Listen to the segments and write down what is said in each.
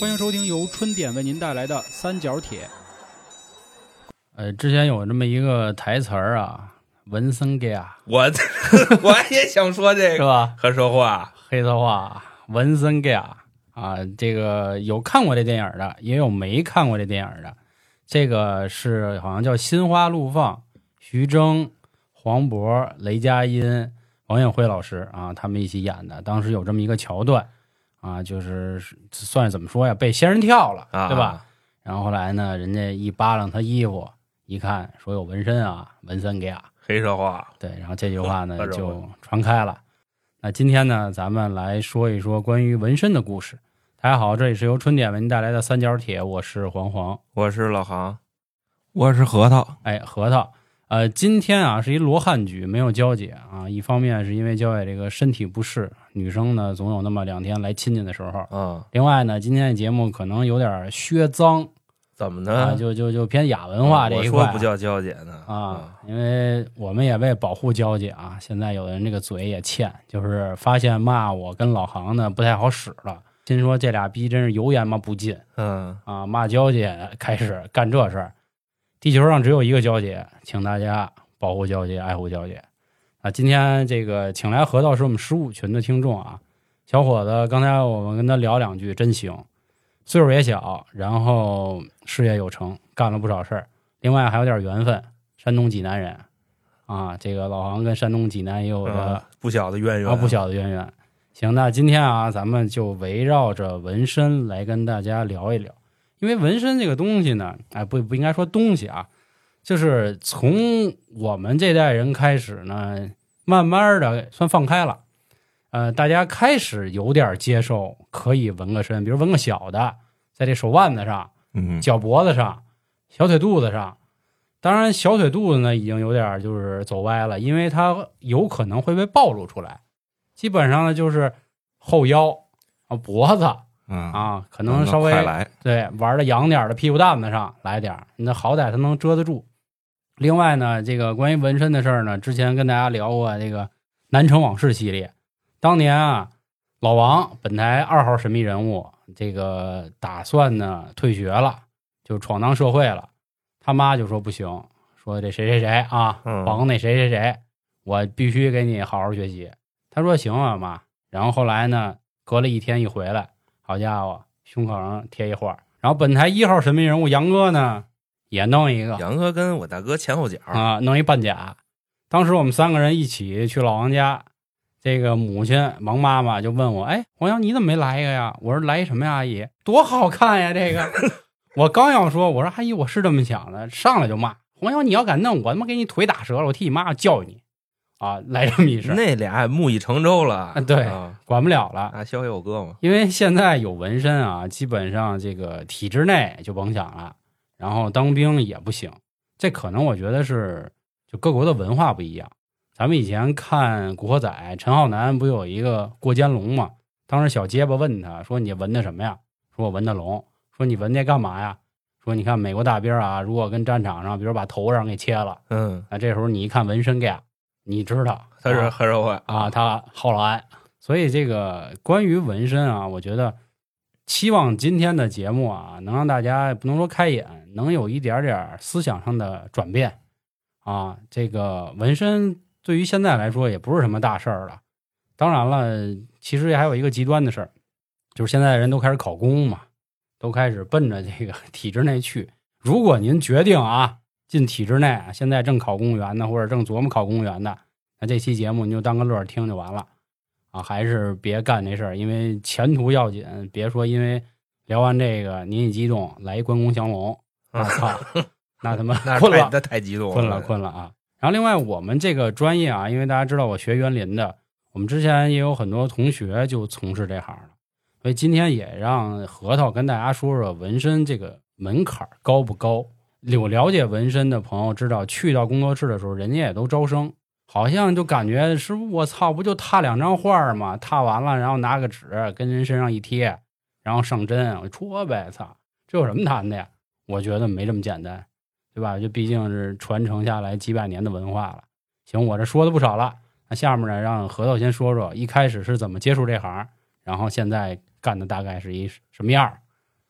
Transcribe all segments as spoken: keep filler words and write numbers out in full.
欢迎收听由春点为您带来的三角铁。 呃，之前有这么一个台词儿啊，文森给啊， 我我也想说这个， 是吧？ 黑色话， 黑色话，文森给啊啊，这个有看过这电影的，也有没看过这电影的。这个是好像叫《心花怒放》，徐峥、黄渤、雷佳音、王艳辉老师啊，他们一起演的。当时有这么一个桥段啊，就是算是怎么说呀，被仙人跳了， 啊、 对吧？然后后来呢，人家一扒拉他衣服，一看说有纹身啊，文森给啊， 黑社话。 对，然后这句话呢呵呵就传开了。那今天呢，咱们来说一说关于纹身的故事。大家好，这里是由春点为您带来的三角铁，我是黄黄， 我是老航， 我是核桃。 哎，核桃。呃，今天啊是一罗汉举，没有娇姐啊。一方面是因为娇姐这个身体不适，女生呢总有那么两天来亲戚的时候。 嗯。 另外呢，今天的节目可能有点削脏。 怎么呢？ 啊、就就就偏亚文化这一块、 啊。我说不叫娇姐呢啊，因为我们也为保护娇姐啊，现在有的人这个嘴也欠，就是发现骂我跟老航呢不太好使了。心说这俩逼真是油盐嘛不进， 嗯啊，骂娇姐开始干这事儿。地球上只有一个娇姐，请大家保护娇姐，爱护娇姐。啊，今天这个请来核桃是我们十五群的听众啊，小伙子，刚才我们跟他聊两句，真行，岁数也小，然后事业有成，干了不少事儿。另外还有点缘分，山东济南人啊，这个老航跟山东济南也有着、 嗯、不小的渊源啊，不小的渊源。行，那今天啊，咱们就围绕着纹身来跟大家聊一聊。因为纹身这个东西呢，哎，不不应该说东西啊，就是从我们这代人开始呢，慢慢的算放开了，呃，大家开始有点接受可以纹个身，比如纹个小的，在这手腕子上、 嗯， 脚脖子上、小腿肚子上。当然，小腿肚子呢已经有点就是走歪了，因为它有可能会被暴露出来。基本上呢就是后腰啊、脖子。 嗯啊，可能稍微来对玩的洋点的屁股蛋子上来点，那好歹它能遮得住。另外呢，这个关于纹身的事儿呢，之前跟大家聊过这个南城往事系列。当年啊，老王本台二号神秘人物，这个打算呢退学了，就闯荡社会了。他妈就说不行，说这谁谁谁啊，绑那谁谁谁，我必须给你好好学习。他说行啊妈。然后后来呢，隔了一天一回来。好家伙，胸口上贴一画。然后本台一号神秘人物杨哥呢，也弄一个。 杨哥跟我大哥前后脚啊，弄一半甲。当时我们三个人一起去老王家，这个母亲王妈妈就问我：“哎，黄洋你怎么没来一个呀？”我说：“来什么呀，阿姨？多好看呀，这个！”我刚要说，我说：“阿姨，我是这么想的。”上来就骂黄洋，你要敢弄，我他妈给你腿打折了，我替你妈教育你。啊，来这么一事， 那俩木已成舟了， 啊、对、 啊， 管不了了。 啊，小有哥嘛， 因为现在有纹身啊，基本上这个体制内就甭想了，然后当兵也不行。这可能我觉得是就各国的文化不一样。咱们以前看《古惑仔》，陈浩南不有一个过肩龙吗？当时小结巴问他说：“你纹的什么呀？”说：“我纹的龙。”说：“你纹那干嘛呀？”说：“你看美国大兵啊，如果跟战场上，比如把头上给切了， 嗯， 那这时候你一看纹身盖。你知道他是黑社会啊，他好老安，所以这个关于纹身啊，我觉得期望今天的节目啊，能让大家不能说开眼，能有一点点思想上的转变啊。这个纹身对于现在来说也不是什么大事儿了。当然了，其实还有一个极端的事儿，就是现在人都开始考公嘛，都开始奔着这个体制内去。如果您决定啊。进体制内，现在正考公务员呢，或者正琢磨考公务员的，那这期节目你就当个乐听就完了啊！还是别干这事儿，因为前途要紧。别说因为聊完这个您一激动来一关公降龙，我操，那他妈困了， 那太激动了， 困了困了啊！然后另外我们这个专业啊，因为大家知道我学园林的，我们之前也有很多同学就从事这行了，所以今天也让核桃跟大家说说纹身这个门槛高不高。有了解纹身的朋友知道，去到工作室的时候，人家也都招生，好像就感觉是我操，不就踏两张画吗？踏完了，然后拿个纸跟人身上一贴，然后上针，我戳呗，操，这有什么难的呀？我觉得没这么简单，对吧？就毕竟是传承下来几百年的文化了。行，我这说的不少了，那下面呢，让核桃先说说一开始是怎么接触这行，然后现在干的大概是一什么样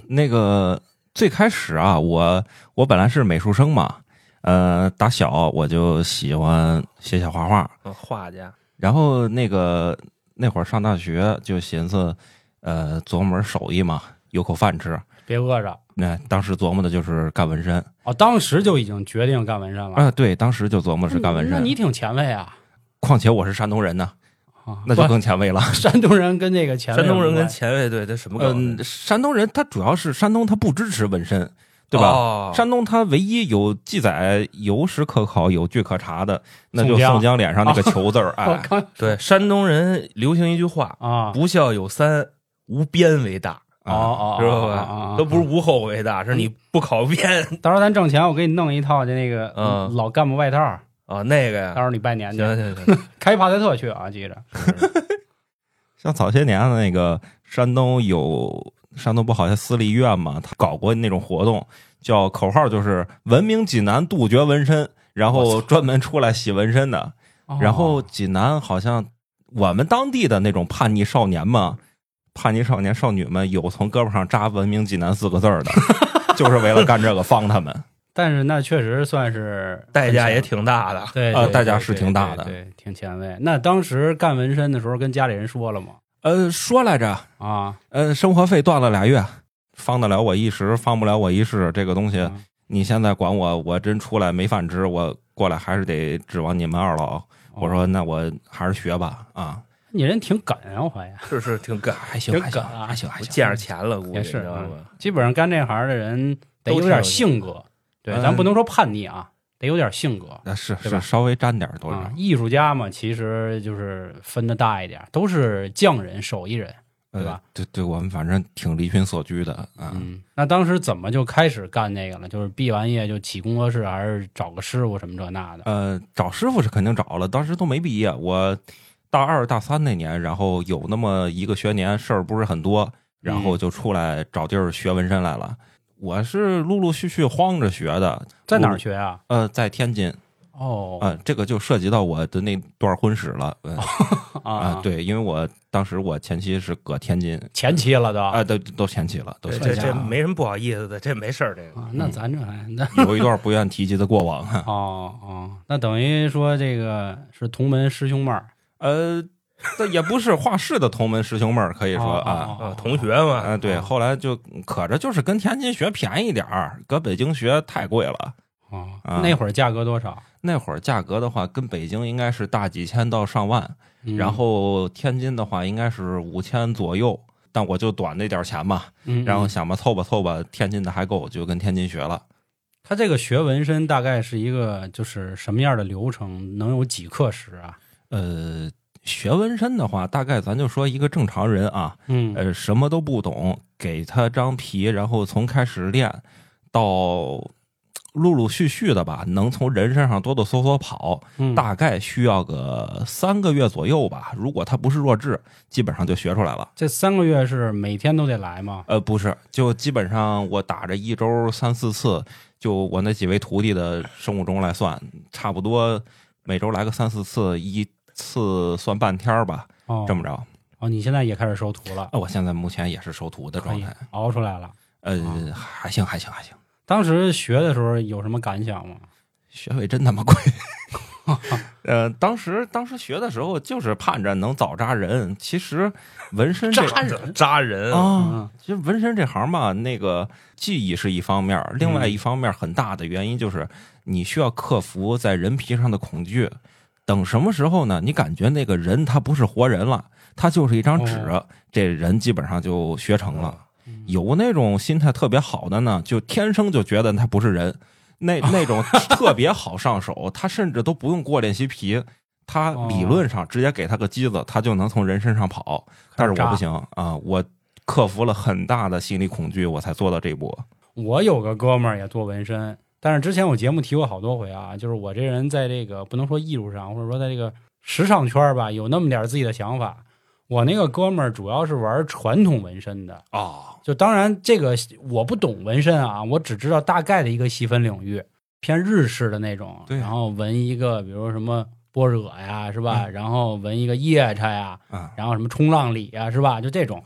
那个最开始啊，我我本来是美术生嘛，呃，打小我就喜欢写写画画， 嗯画家。 然后那个那会儿上大学就寻思，呃，琢磨门手艺嘛，有口饭吃。 别饿着。 那当时琢磨的就是干纹身哦，当时就已经决定干纹身了啊，对，当时就琢磨是干纹身。 那你挺前卫啊！ 况且我是山东人呢， 啊那就更前卫了。 山东人跟这个前卫， 山东人跟前卫对，这什么梗？ 嗯，山东人他主要是山东他不支持纹身，对吧？ 哦、 山东它唯一有记载、有史可考、有据可查的，那就宋江脸上那个球字儿。哎， 对，山东人流行一句话啊：“ 不孝有三，无边为大。” 哦哦， 知道吧？都不是无后为大，是你不考编。 到时候咱挣钱，我给你弄一套就那个嗯老干部外套啊，那个呀。 到时候你拜年去， 行行行， 开帕萨特去啊，记着。 像早些年的那个山东有山东不好像私立医院嘛，他搞过那种活动，叫口号就是“文明济南，杜绝纹身”，然后专门出来洗纹身的。然后济南好像我们当地的那种叛逆少年嘛。叛逆少年少女们有从胳膊上扎文明济南四个字的，就是为了干这个放他们。 但是那确实算是代价也挺大的， 对， 呃，代价是挺大的， 对，挺前卫。那当时干纹身的时候跟家里人说了吗？ 呃，说来着啊， 呃，生活费断了俩月，放得了我一时，放不了我一世。这个东西，嗯、你现在管我，我真出来没饭吃，我过来还是得指望你们二老。哦、我说那我还是学吧，啊。 你人挺梗啊，我发现是是挺梗， 还行， 挺梗啊， 还行还行， 见着钱了，估计也是， 知道吧？ 基本上干这行的人得有点性格，对，咱不能说叛逆啊，得有点性格， 那是是稍微沾点都是。 艺术家嘛，其实就是分的大一点，都是匠人、手艺人，对吧？ 对对，我们反正挺离群所居的啊。 嗯，那当时怎么就开始干这个了？就是毕完业就起工作室，还是找个师傅什么这那的？ 呃，找师傅是肯定找了，当时都没毕业，我。大二大三那年，然后有那么一个学年事儿不是很多，然后就出来找地儿学纹身来了。嗯、我是陆陆续续慌着学的， 在哪儿学啊？ 呃，在天津。 哦， 啊、呃，这个就涉及到我的那段婚史了。嗯、 啊、 呃，对，因为我当时我前妻是搁天津， 前妻了都啊、呃，都都前妻了，都这这没什么不好意思的，这没事儿。这个、 啊，那咱这还那有一段不愿提及的过往。 哦哦，那等于说这个是同门师兄妹儿。 呃，这也不是画室的同门师兄妹儿，可以说啊， 哦哦哦、 同学嘛。 啊、呃，对，后来就可着就是跟天津学便宜点儿，搁北京学太贵了。 哦， 啊、 那会儿价格多少？ 那会儿价格的话，跟北京应该是大几千到上万， 嗯、 然后天津的话应该是五千左右。但我就短那点钱嘛， 嗯、 然后想吧凑吧凑吧，天津的还够，就跟天津学了。 他这个学纹身大概是一个就是什么样的流程？能有几课时啊？ 呃，学纹身的话，大概咱就说一个正常人啊， 嗯， 呃，什么都不懂，给他张皮，然后从开始练到陆陆续续的吧，能从人身上哆哆嗦嗦跑， 嗯、 大概需要个三个月左右吧。如果他不是弱智，基本上就学出来了。 这三个月是每天都得来吗？ 呃，不是，就基本上我打着一周三四次，就我那几位徒弟的生物钟来算，差不多每周来个三四次，一次算半天吧， 哦， 这么着。 哦，你现在也开始收徒了？ 呃，我现在目前也是收徒的状态， 熬出来了。 呃，哦、还行，还行，还行。 当时学的时候有什么感想吗？ 学费真他妈贵。呃，当时当时学的时候就是盼着能早扎人。其实纹身这扎人扎人啊，其实纹身这行吧，那个技艺是一方面，另外一方面很大的原因就是你需要克服在人皮上的恐惧。等什么时候呢？你感觉那个人他不是活人了，他就是一张纸，哦、这人基本上就学成了。有那种心态特别好的呢，就天生就觉得他不是人，那那种特别好上手，他甚至都不用过练习皮，他理论上直接给他个机子，他就能从人身上跑。但是我不行啊，我克服了很大的心理恐惧，我才做到这一步。 我有个哥们儿也做纹身，但是之前我节目提过好多回啊，就是我这人在这个不能说艺术上，或者说在这个时尚圈吧，有那么点自己的想法。我那个哥们儿主要是玩传统纹身的啊、哦， 就当然这个我不懂纹身啊，我只知道大概的一个细分领域，偏日式的那种，然后纹一个比如什么般若呀，是吧？嗯、然后纹一个夜叉呀， 嗯、 然后什么冲浪里呀，是吧？就这种。 对。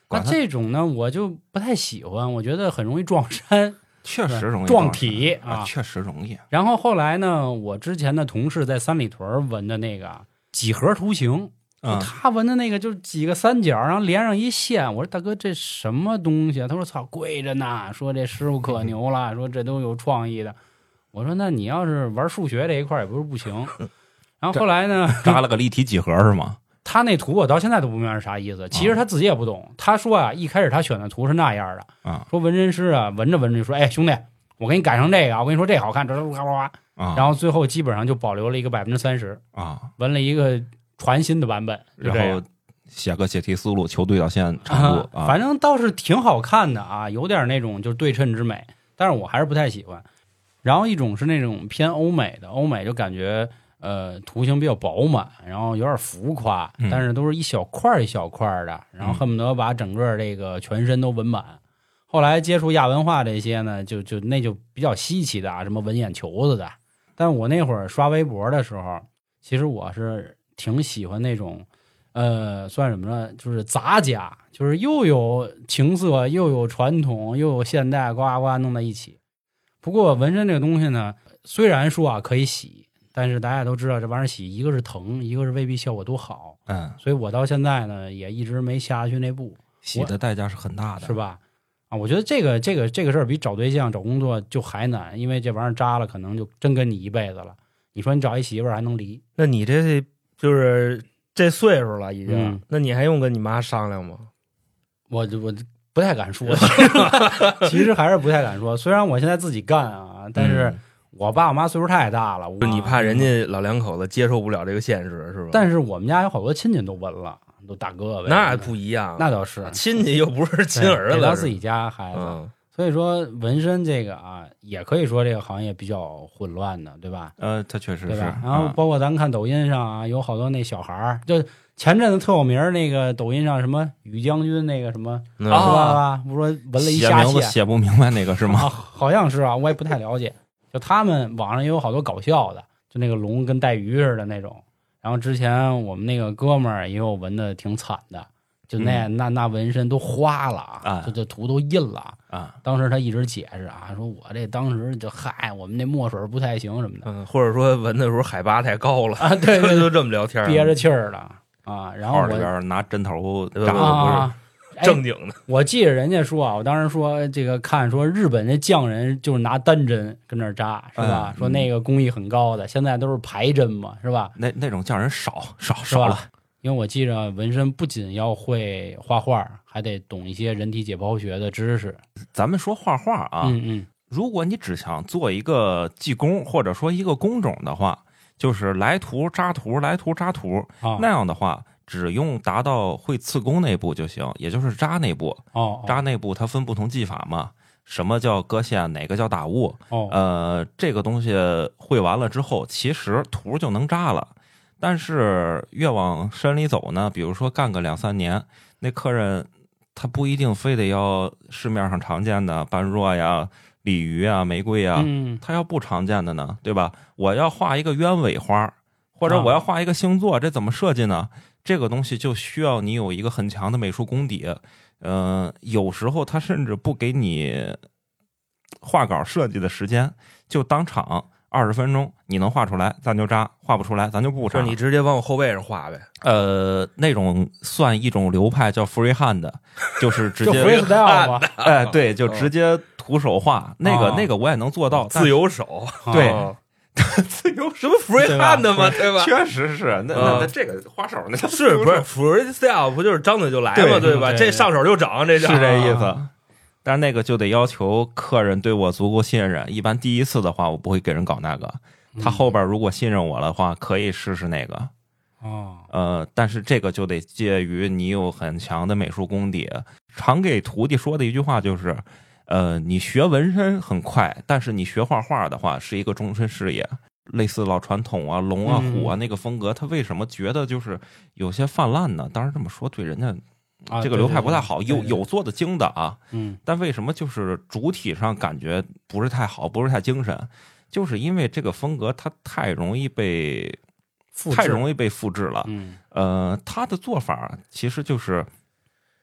那这种呢，我就不太喜欢，我觉得很容易撞衫， 确实容易撞体啊，确实容易。 然后后来呢，我之前的同事在三里屯纹的那个几何图形， 嗯、 他纹的那个就是几个三角，然后连上一线。我说大哥，这什么东西啊？他说操，贵着呢。说这师傅可牛了，说这都有创意的。我说那你要是玩数学这一块也不是不行。然后后来呢， 扎了个立体几何是吗？ 他那图我到现在都不明白是啥意思，其实他自己也不懂。他说啊，一开始他选的图是那样的， 啊， 说纹身师啊，纹着纹着就说，哎兄弟，我给你改成这个，我跟你说这好看，这哗哗哗，然后最后基本上就保留了一个百分之三十啊， 纹了一个全新的版本， 然后写个解题思路，求对角线程度， 啊，反正倒是挺好看的啊，有点那种就是对称之美，但是我还是不太喜欢。然后一种是那种偏欧美的，欧美就感觉。呃，图形比较饱满，然后有点浮夸， 嗯、 但是都是一小块一小块的，然后恨不得把整个这个全身都纹满。嗯、后来接触亚文化这些呢，就就那就比较稀奇的啊，什么纹眼球子的。但我那会儿刷微博的时候，其实我是挺喜欢那种，呃，算什么呢？就是杂家，就是又有情色，又有传统，又有现代，呱呱弄在一起。不过纹身这个东西呢，虽然说啊可以洗。但是大家都知道这玩意儿洗，一个是疼，一个是未必效果多好， 嗯， 所以我到现在呢也一直没下去那步。 洗的代价是很大的， 是吧？啊，我觉得这个这个这个事儿比找对象、找工作就还难，因为这玩意儿扎了，可能就真跟你一辈子了。你说你找一媳妇儿还能离？ 那你这就是这岁数了已经， 嗯、 那你还用跟你妈商量吗？ 我我不太敢说，其实还是不太敢说。虽然我现在自己干啊，但是。嗯我爸我妈岁数太大了， 就你怕人家老两口子接受不了这个现实，是吧？ 但是我们家有好多亲戚都纹了，都大哥呗。 那不一样， 那倒是亲戚又不是亲儿子， 到自己家孩子。 嗯、 所以说纹身这个啊，也可以说这个行业比较混乱的，对吧？ 呃，它确实是。 然后包括咱看抖音上啊，有好多那小孩儿，就前阵子特有名那个抖音上什么宇将军那个什么， 嗯、 是吧？不是说纹了一下写名字写不明白那个是吗？ 啊、好像是啊，我也不太了解。就他们网上也有好多搞笑的，就那个龙跟带鱼似的那种。然后之前我们那个哥们儿也有纹的挺惨的，就那、嗯、那那纹身都花了啊，就这图都印了啊。 当时他一直解释啊，说我这当时就嗨，我们那墨水不太行什么的， 嗯，或者说纹的时候海拔太高了啊，对对， 就这么聊天， 憋着气儿了啊。然后我里边拿针头扎的不是。正经的、 哎，我记着人家说啊，我当时说这个看说日本那匠人就是拿单针跟那儿扎，是吧？ 嗯、 说那个工艺很高的，现在都是排针嘛，是吧？ 那那种匠人少少少了， 因为我记着纹身不仅要会画画，还得懂一些人体解剖学的知识。 咱们说画画啊， 嗯嗯， 如果你只想做一个技工或者说一个工种的话，就是来图扎图，来图扎图， 啊、 那样的话。只用达到会刺工那步就行，也就是扎那步。 哦， 扎那步它分不同技法嘛，什么叫割线，哪个叫打雾。 哦， 呃，这个东西会完了之后，其实图就能扎了。但是越往深里走呢，比如说干个两三年，那客人他不一定非得要市面上常见的般若呀、鲤鱼啊、玫瑰啊， 嗯， 他要不常见的呢，对吧？我要画一个鸢尾花，或者我要画一个星座，这怎么设计呢？这个东西就需要你有一个很强的美术功底，呃，有时候他甚至不给你画稿设计的时间，就当场二十分钟，你能画出来咱就扎，画不出来咱就不扎。 你直接往我后背上画呗。 呃，那种算一种流派叫 freehand， 就是直接 freestyle 吗？ 哎，对，就直接徒手画，那个、 哦、 那个我也能做到， 自由手， 对。 哦自由什么 freehand 的吗？对吧？ 确实是，那那那这个花手那是不是 freestyle 不就是张嘴就来吗？对吧？这上手就整，这是这意思。但是那个就得要求客人对我足够信任。一般第一次的话，我不会给人搞那个。他后边如果信任我的话，可以试试那个。 哦， 呃，但是这个就得介于你有很强的美术功底。常给徒弟说的一句话就是。呃，你学纹身很快，但是你学画画的话是一个终身事业。类似老传统啊、龙啊、虎啊那个风格，他为什么觉得就是有些泛滥呢？当然这么说对人家这个流派不太好，有有做的精的啊， 嗯， 但为什么就是主体上感觉不是太好，不是太精神？就是因为这个风格它太容易被太容易被复制了。 嗯， 呃，他的做法其实就是。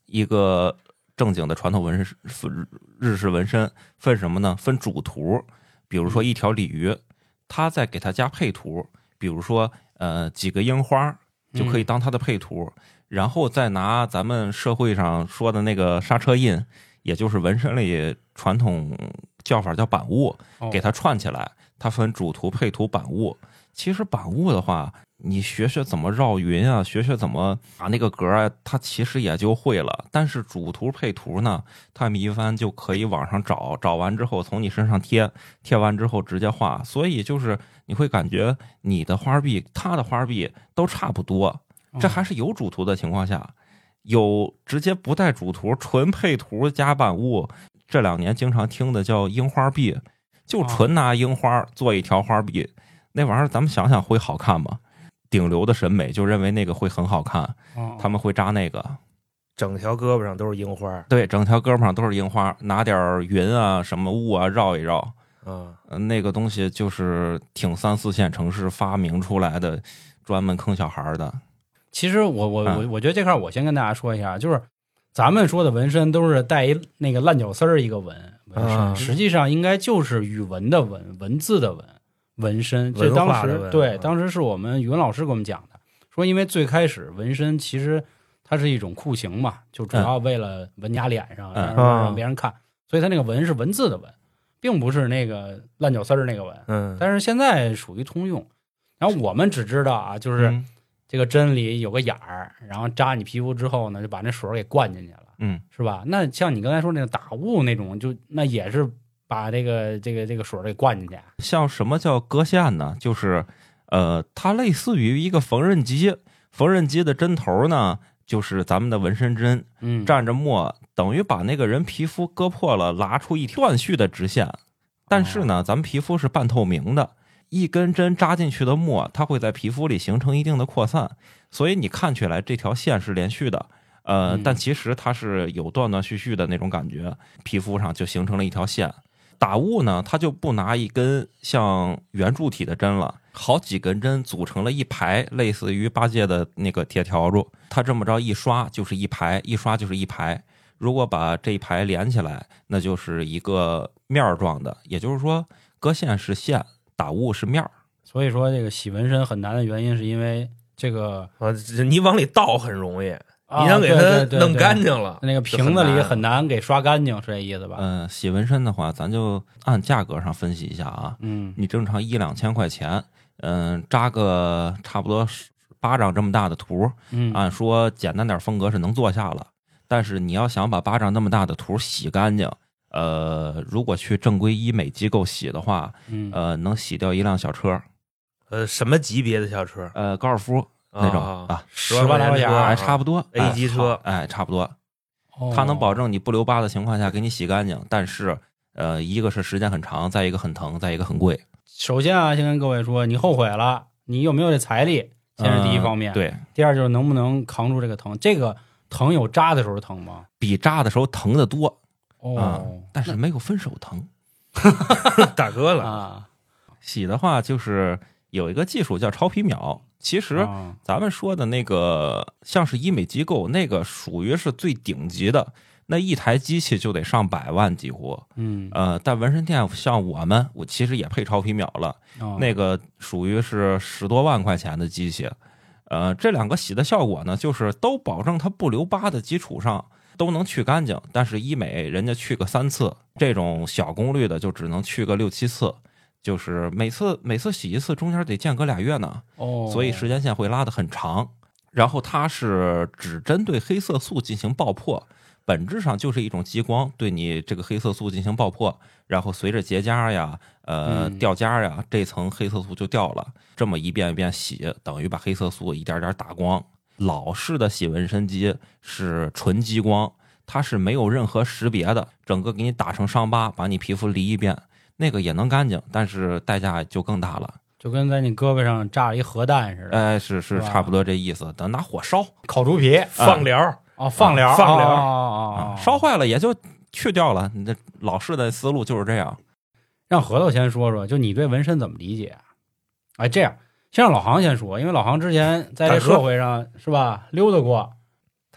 一个正经的传统纹身，日式纹身分什么呢？分主图，比如说一条鲤鱼，它再给它加配图，比如说呃几个樱花就可以当它的配图，嗯、然后再拿咱们社会上说的那个刹车印，也就是纹身里传统叫法叫版物，给它串起来，它分主图、配图、版物。其实版物的话，你学学怎么绕匀啊，学学怎么把那个格啊，它其实也就会了。但是主图配图呢，它们一般就可以网上找，找完之后从你身上贴，贴完之后直接画。所以就是你会感觉你的花臂、他的花臂都差不多。这还是有主图的情况下，有直接不带主图，纯配图加版物。这两年经常听的叫樱花臂，就纯拿樱花做一条花臂。那玩意儿咱们想想会好看吗？顶流的审美就认为那个会很好看，他们会扎那个， 整条胳膊上都是樱花。 对，整条胳膊上都是樱花，拿点云啊什么雾啊绕一绕。 嗯， 那个东西就是挺三四线城市发明出来的，专门坑小孩的。 其实我我我我觉得这块我先跟大家说一下，就是咱们说的纹身都是带一那个烂脚丝儿一个纹纹身、嗯，实际上应该就是语文的文，文字的文。纹身，这当时对，当时是我们语文老师给我们讲的，说因为最开始纹身其实它是一种酷刑嘛，就主要为了纹家脸上， 嗯、 让让别人看，所以它那个纹是文字的纹，并不是那个烂脚丝儿那个纹。 嗯， 但是现在属于通用。然后我们只知道啊，就是这个针里有个眼儿，然后扎你皮肤之后呢，就把那水给灌进去了， 嗯， 是吧？那像你刚才说那个打雾那种，就那也是。把这个这个这个水给灌进去。 像什么叫割线呢？就是呃，它类似于一个缝纫机，缝纫机的针头呢，就是咱们的纹身针， 嗯， 蘸着墨，等于把那个人皮肤割破了，拉出一条断续的直线。但是呢，咱们皮肤是半透明的，一根针扎进去的墨，它会在皮肤里形成一定的扩散，所以你看起来这条线是连续的。呃，但其实它是有断断续续的那种感觉，皮肤上就形成了一条线。打雾呢，它就不拿一根像圆柱体的针了，好几根针组成了一排，类似于八戒的那个铁条柱。它这么着一刷就是一排，一刷就是一排。如果把这一排连起来，那就是一个面状的。也就是说，割线是线，打雾是面。 所以说，这个洗纹身很难的原因是因为这个啊，你往里倒很容易。你想给它弄干净了， 那个瓶子里很难给刷干净，是这意思吧？ 嗯、呃，洗纹身的话，咱就按价格上分析一下啊。 嗯， 你正常一两千块钱，嗯、呃，扎个差不多巴掌这么大的图， 嗯， 按说简单点风格是能做下了。但是你要想把巴掌那么大的图洗干净，呃，如果去正规医美机构洗的话， 嗯， 呃，能洗掉一辆小车。 呃，什么级别的小车？ 呃，高尔夫。那种啊， 十万来块钱还差不多 ，A 级车， 哎，差不多。它能保证你不留疤的情况下给你洗干净，但是呃，一个是时间很长，再一个很疼，再一个很贵。 首先啊，先跟各位说，你后悔了，你有没有这财力？先是第一方面。 嗯、对。 第二就是能不能扛住这个疼？这个疼有扎的时候疼吗？ 比扎的时候疼得多。 哦、 嗯，但是没有分手疼。 大哥了啊！ 洗的话就是有一个技术叫超皮秒。其实咱们说的那个像是医美机构，那个属于是最顶级的，那一台机器就得上百万几乎。 嗯， 呃，但纹身店像我们，我其实也配超皮秒了， 哦、 那个属于是十多万块钱的机器。呃，这两个洗的效果呢，就是都保证它不留疤的基础上都能去干净，但是医美人家去个三次，这种小功率的就只能去个六七次。就是每次每次洗一次，中间得间隔俩月呢， 哦， 所以时间线会拉得很长。然后它是只针对黑色素进行爆破，本质上就是一种激光对你这个黑色素进行爆破，然后随着结痂呀、呃掉痂呀，这层黑色素就掉了。这么一遍一遍洗，等于把黑色素一点点打光。老式的洗纹身机是纯激光，它是没有任何识别的，整个给你打成伤疤，把你皮肤离一遍。那个也能干净，但是代价就更大了， 就跟在你胳膊上炸一核弹似的。 哎，是是差不多这意思。等拿火烧， 烤猪皮， 放疗啊，放疗， 放疗啊， 烧坏了也就去掉了。你这老式的思路就是这样。 让核桃先说说，就你对纹身怎么理解？哎，这样先让老航先说，因为老航之前在这社会上是吧溜达过。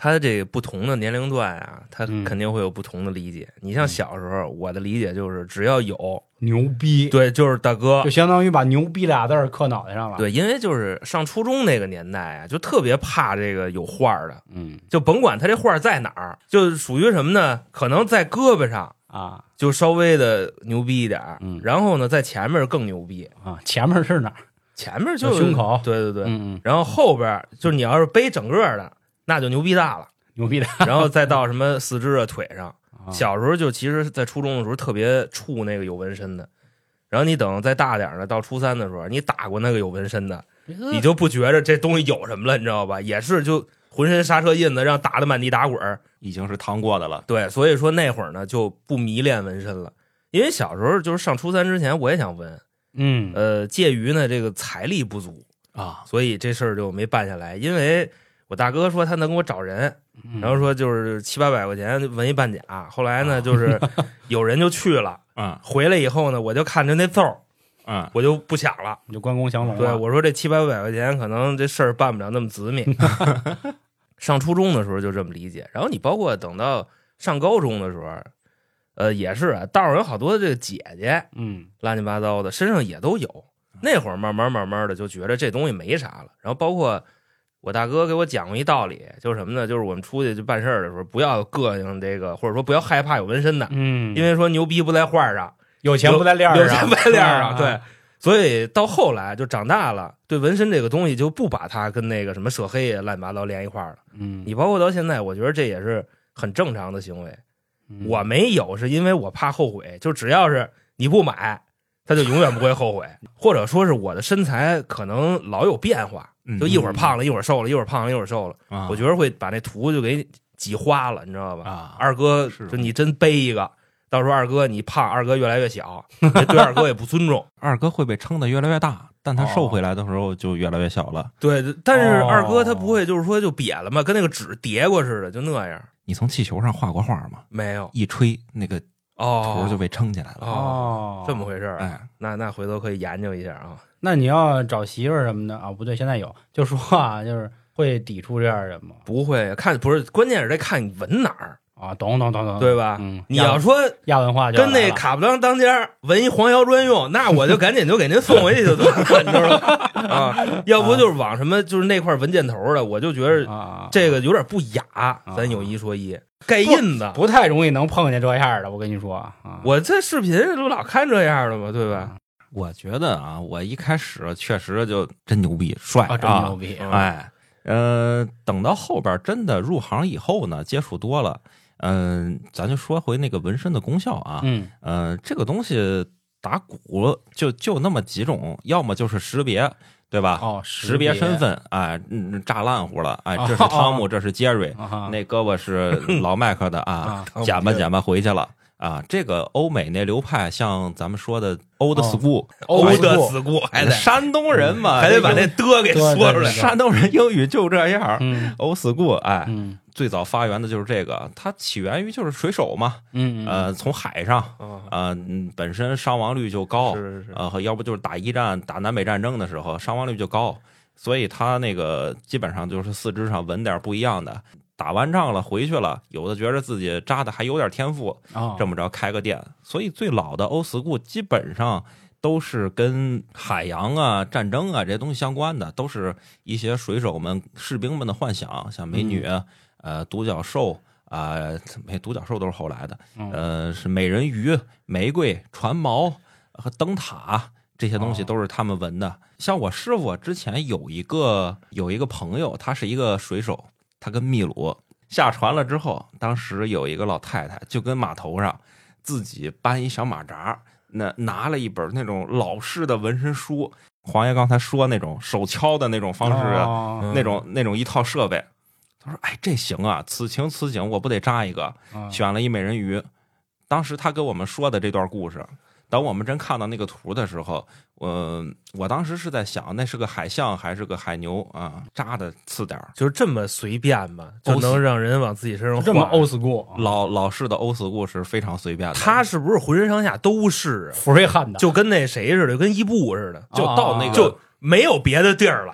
他这个不同的年龄段啊，他嗯肯定会有不同的理解。你像小时候，我的理解就是只要有牛逼， 对，就是大哥就，相当于把牛逼俩字儿刻脑袋上了。， 对，因为就是上初中那个年代啊，就特别怕这个有画儿的， 嗯就甭管他这画儿在哪儿，就属于什么呢？可能在胳膊上啊就稍微的牛逼一点儿， 嗯然后呢，在前面更牛逼， 啊，前面是哪儿？ 前面就是胸口对对对， 嗯嗯， 然后后边就是你要是背整个的，那就牛逼大了， 牛逼的。 然后再到什么四肢啊、腿上。 啊小时候就其实，在初中的时候特别怵那个有纹身的，然后你等再大点儿呢，到初三的时候，你打过那个有纹身的，你就不觉着这东西有什么了，你知道吧？也是就浑身刹车印子，让打得满地打滚儿。 已经是趟过的了。 对，所以说那会儿呢就不迷恋纹身了，因为小时候就是上初三之前我也想纹， 嗯呃，介于呢这个财力不足， 啊， 所以这事儿就没办下来。因为我大哥说他能给我找人， 嗯然后说就是七八百块钱纹一半甲。后来呢，就是有人就去了， 嗯回来以后呢，我就看着那字儿， 嗯， 我就不想了。 你就关公降龙了。 对，我说这七八百块钱可能这事儿办不了那么紫密。上初中的时候就这么理解，然后你包括等到上高中的时候，呃，也是啊，道上有好多这个姐姐， 嗯乱七八糟的，身上也都有。那会儿慢慢慢慢的就觉得这东西没啥了。然后包括我大哥给我讲过一道理，就是什么呢？就是我们出去就办事儿的时候，不要膈应这个，或者说不要害怕有纹身的， 嗯， 因为说牛逼不在画上， 有钱不在链儿上， 有钱不在链儿上。 啊对，所以到后来就长大了，对纹身这个东西就不把它跟那个什么涉黑乱七八糟连一块儿了。 嗯， 你包括到现在，我觉得这也是很正常的行为。 嗯我没有是因为我怕后悔，就只要是你不买，他就永远不会后悔。或者说是我的身材可能老有变化， 嗯就一会儿胖了，一会儿瘦了，一会儿胖了，一会儿瘦了。 啊我觉得会把那图就给挤花了，你知道吧？ 啊， 二哥， 是就你真背一个，到时候二哥你胖，二哥越来越小，这对二哥也不尊重。 二哥会被撑得越来越大，但他哦瘦回来的时候就越来越小了。 对，但是哦二哥他不会就是说就瘪了嘛，跟那个纸叠过似的，就那样。 你从气球上画过画吗？ 没有一吹，那个哦图就被撑起来了。 哦， 哦， 这么回事儿啊。 哎， 那那回头可以研究一下啊。 那你要找媳妇儿什么的啊？不对，现在有，就说啊，就是会抵触这样的人吗？ 不会看，不是，关键是得看你纹哪儿， 啊，懂懂懂懂， 对吧？ 嗯， 你要说亚文化就跟那来了卡布当当家纹一黄油专用，那我就赶紧就给您送回去就得了，你知道吗？啊，要不就是往什么就是那块纹箭头的，我就觉得啊， 这个有点不雅。咱有一说一，盖印子， 不太容易能碰见这样的，我跟你说啊， 我这视频都老看这样的嘛，对吧？ 我觉得啊，我一开始确实就真牛逼，帅啊，真牛逼， 啊哎，呃，等到后边真的入行以后呢，接触多了，嗯、咱就说回那个纹身的功效啊， 嗯呃，这个东西打鼓就就那么几种，要么就是识别，对吧？ 哦， 识别身份，哎，嗯炸烂乎了，哎，这是汤姆，这是杰瑞， 啊， 那胳膊是老麦克的啊， 啊捡吧捡吧回去了。啊，这个欧美那流派，像咱们说的 old 哦 school，、 欧 old 的 school 死固还得山东人嘛， 还得把那的给说出对对来。 山东人英语就这样。 嗯 old school，哎， 嗯最早发源的就是这个，它起源于就是水手嘛， 嗯， 呃，从海上， 啊， 呃，嗯本身伤亡率就高， 是是是， 呃，要不就是打一战、打南北战争的时候伤亡率就高，所以他那个基本上就是四肢上纹点不一样的。打完仗了回去了，有的觉得自己扎的还有点天赋， 啊， 这么着开个店。所以最老的欧 school 基本上都是跟海洋啊、战争啊这些东西相关的，都是一些水手们、士兵们的幻想，像美女、 嗯、 呃独角兽啊，没、呃、独角兽都是后来的， 嗯、 呃是美人鱼、玫瑰、船锚和灯塔。这些东西都是他们纹的。哦、像我师傅之前有一个有一个朋友，他是一个水手。他跟秘鲁下船了之后，当时有一个老太太就跟码头上自己搬一小马扎，那拿了一本那种老式的纹身书，黄爷刚才说那种手敲的那种方式， 哦、 那种那种一套设备。他说：“哎，这行啊，此情此景，我不得扎一个。”选了一美人鱼。当时他跟我们说的这段故事，等我们真看到那个图的时候，呃，我当时是在想，那是个海象还是个海牛啊？扎的次点儿， 就是这么随便吧，就能让人往自己身上画。 这么 old school， 老老式的欧 school是非常随便的。 他是不是浑身上下都是福瑞汉的， 就跟那谁似的，跟伊布似的， 就到那个就没有别的地儿了。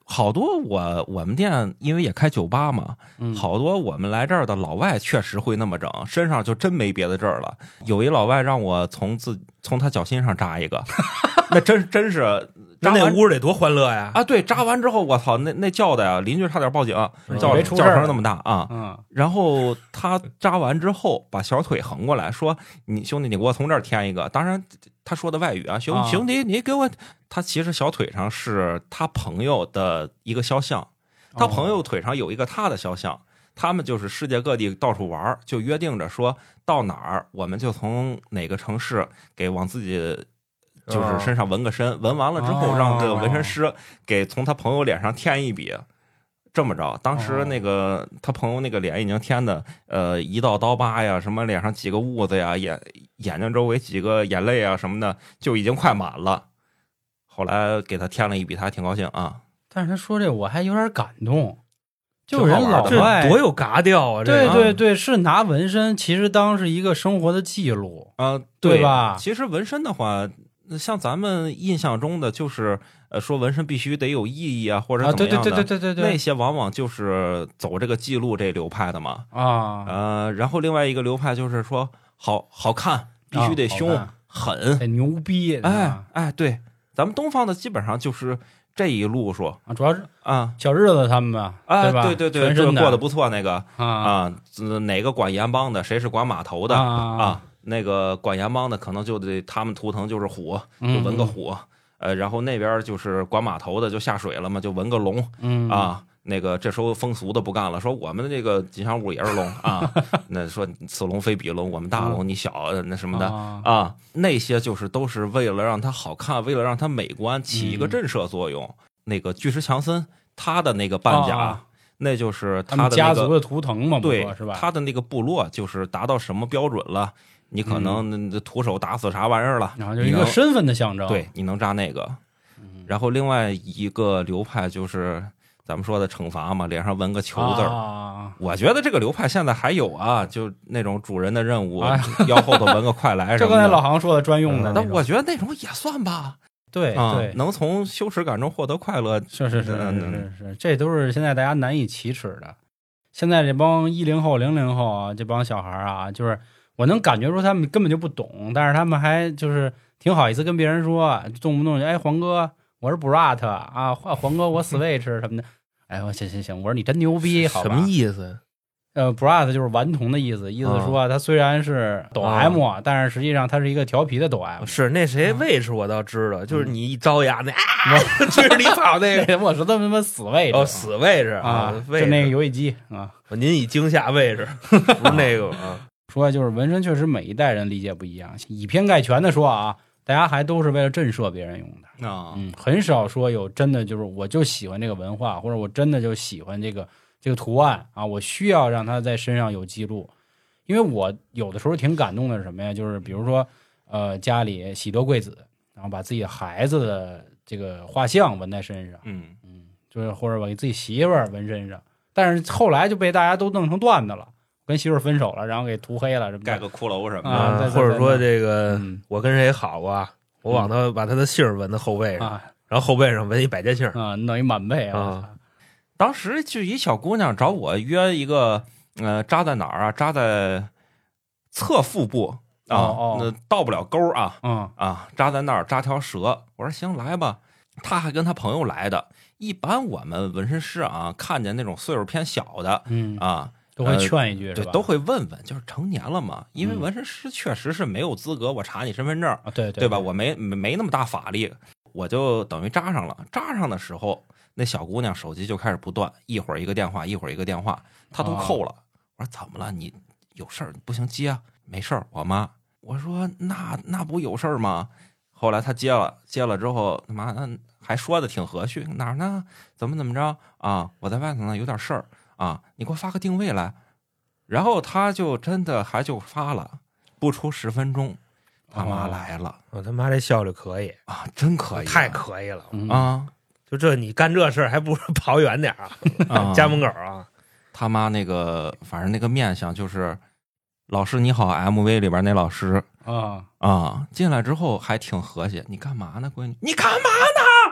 好多我我们店因为也开酒吧嘛， 嗯好多我们来这儿的老外确实会那么整，身上就真没别的证了。有一老外让我从自从他脚心上扎一个，那真真是那扎完那屋得多欢乐呀！ 啊！对，扎完之后我操，那那叫的呀，邻居差点报警，叫没出事儿叫声那么大啊！ 嗯然后他扎完之后，把小腿横过来说：“你兄弟，你给我从这儿添一个。”当然，他说的外语啊，兄啊兄弟，你给我。他其实小腿上是他朋友的一个肖像，他朋友腿上有一个他的肖像。他们就是世界各地到处玩，就约定着说到哪儿我们就从哪个城市给往自己就是身上纹个身，纹完了之后让这个纹身师给从他朋友脸上添一笔。这么着，当时那个他朋友那个脸已经添的，呃，一道刀疤呀，什么脸上几个痦子呀，眼眼睛周围几个眼泪啊什么的，就已经快满了。后来给他添了一笔，他还挺高兴啊。 但是他说这我还有点感动，就人老这外多有嘎调啊！这对个对对，是拿纹身其实当是一个生活的记录啊、呃， 对吧？ 其实纹身的话，像咱们印象中的就是呃，说纹身必须得有意义啊，或者怎么样的， 啊、对对对对对对对， 那些往往就是走这个记录这流派的嘛。 啊， 呃，然后另外一个流派就是说好好看，必须得凶、 啊、 狠， 得牛逼。 哎哎，对，咱们东方的基本上就是这一路数啊，主要是啊， 小日子他们吧， 啊， 对吧？ 对对对， 全身过得不错那个啊啊，哪个管盐帮的，谁是管码头的啊啊？那个管盐帮的可能就得他们图腾就是虎，就纹个虎。嗯呃，然后那边就是管码头的就下水了嘛，就纹个龙， 嗯啊，那个这时候风俗的不干了，说我们的这个吉祥物也是龙啊，那说此龙非彼龙，我们大龙你小那什么的啊，那些就是都是为了让它好看，为了让它美观，起一个震慑作用。嗯、那个巨石强森他的那个半甲。啊那就是他的、那个、 家族的图腾嘛， 对， 是吧？ 他的那个部落就是达到什么标准了，你可能徒手打死啥玩意儿了， 然后就一个身份的象征。 对，你能扎那个。然后另外一个流派就是咱们说的惩罚嘛，脸上纹个球字儿、 啊。 我觉得这个流派现在还有啊，就那种主人的任务，啊、腰后头纹个快来什么的。 就刚才老航说的专用的、嗯， 但我觉得那种也算吧。 对、 啊、 对， 能从羞耻感中获得快乐， 是是是是是是，这都是现在大家难以启齿的。现在这帮一零后、零零后啊，这帮小孩啊，就是我能感觉出他们根本就不懂，但是他们还就是挺好意思跟别人说，动不动就哎黄哥，我是 Brat 啊，黄哥我 Switch 什么的。哎，我行行行，我说你真牛逼，好吧？ 什么意思？ 呃 ，Brat 就是顽童的意思，意思说他虽然是抖 M，、哦、但是实际上他是一个调皮的抖 M。 是那谁位置我倒知道，嗯、就是你一招牙那啊，追着你跑那个， 我说他妈死位置， 哦，死位置啊， 位置就那个游戏机啊。 您以惊吓位置，不是那个啊。 说就是纹身，确实每一代人理解不一样。以偏概全的说啊，大家还都是为了震慑别人用的啊， 嗯，很少说有真的就是我就喜欢这个文化，或者我真的就喜欢这个。这个图案啊，我需要让它在身上有记录，因为我有的时候挺感动的是什么呀？就是比如说，呃，家里喜得贵子，然后把自己孩子的这个画像纹在身上， 嗯嗯，就是或者我给自己媳妇儿纹身上，但是后来就被大家都弄成段子了，跟媳妇儿分手了，然后给涂黑了，什么盖个骷髅什么的， 啊、对对对或者说这个、 嗯、 我跟谁好啊，我往他、嗯、把他的姓纹在后背上、啊，然后后背上纹一百家姓啊，弄一满背啊。 当时就一小姑娘找我约一个，呃，扎在哪儿啊？扎在侧腹部啊， 哦、 那到不了沟啊， 嗯啊，扎在那儿扎条蛇。我说行，来吧。他还跟他朋友来的。一般我们纹身师啊，看见那种岁数偏小的， 嗯啊， 都会劝一句， 呃、对，都会问问，就是成年了嘛。因为纹身师确实是没有资格，我查你身份证啊，对对对吧？我没没没那么大法力，我就等于扎上了。扎上的时候。那小姑娘手机就开始不断，一会儿一个电话，一会儿一个电话，她都扣了。哦、我说怎么了？你有事儿不行接啊？没事儿，我妈。我说那那不有事儿吗？后来她接了，接了之后，他妈还说的挺和煦，哪儿呢？怎么怎么着啊？我在外头呢，有点事儿啊，你给我发个定位来。然后她就真的还就发了，不出十分钟，他妈来了。 我、哦、他妈这效率可以啊，真可以、啊， 太可以了、 嗯、 啊！ 就这，你干这事儿还不如跑远点啊， 啊家门口啊。 他妈那个，反正那个面相就是老师你好 M V 里边那老师啊啊，进来之后还挺和谐。你干嘛呢，闺女？你干嘛呢？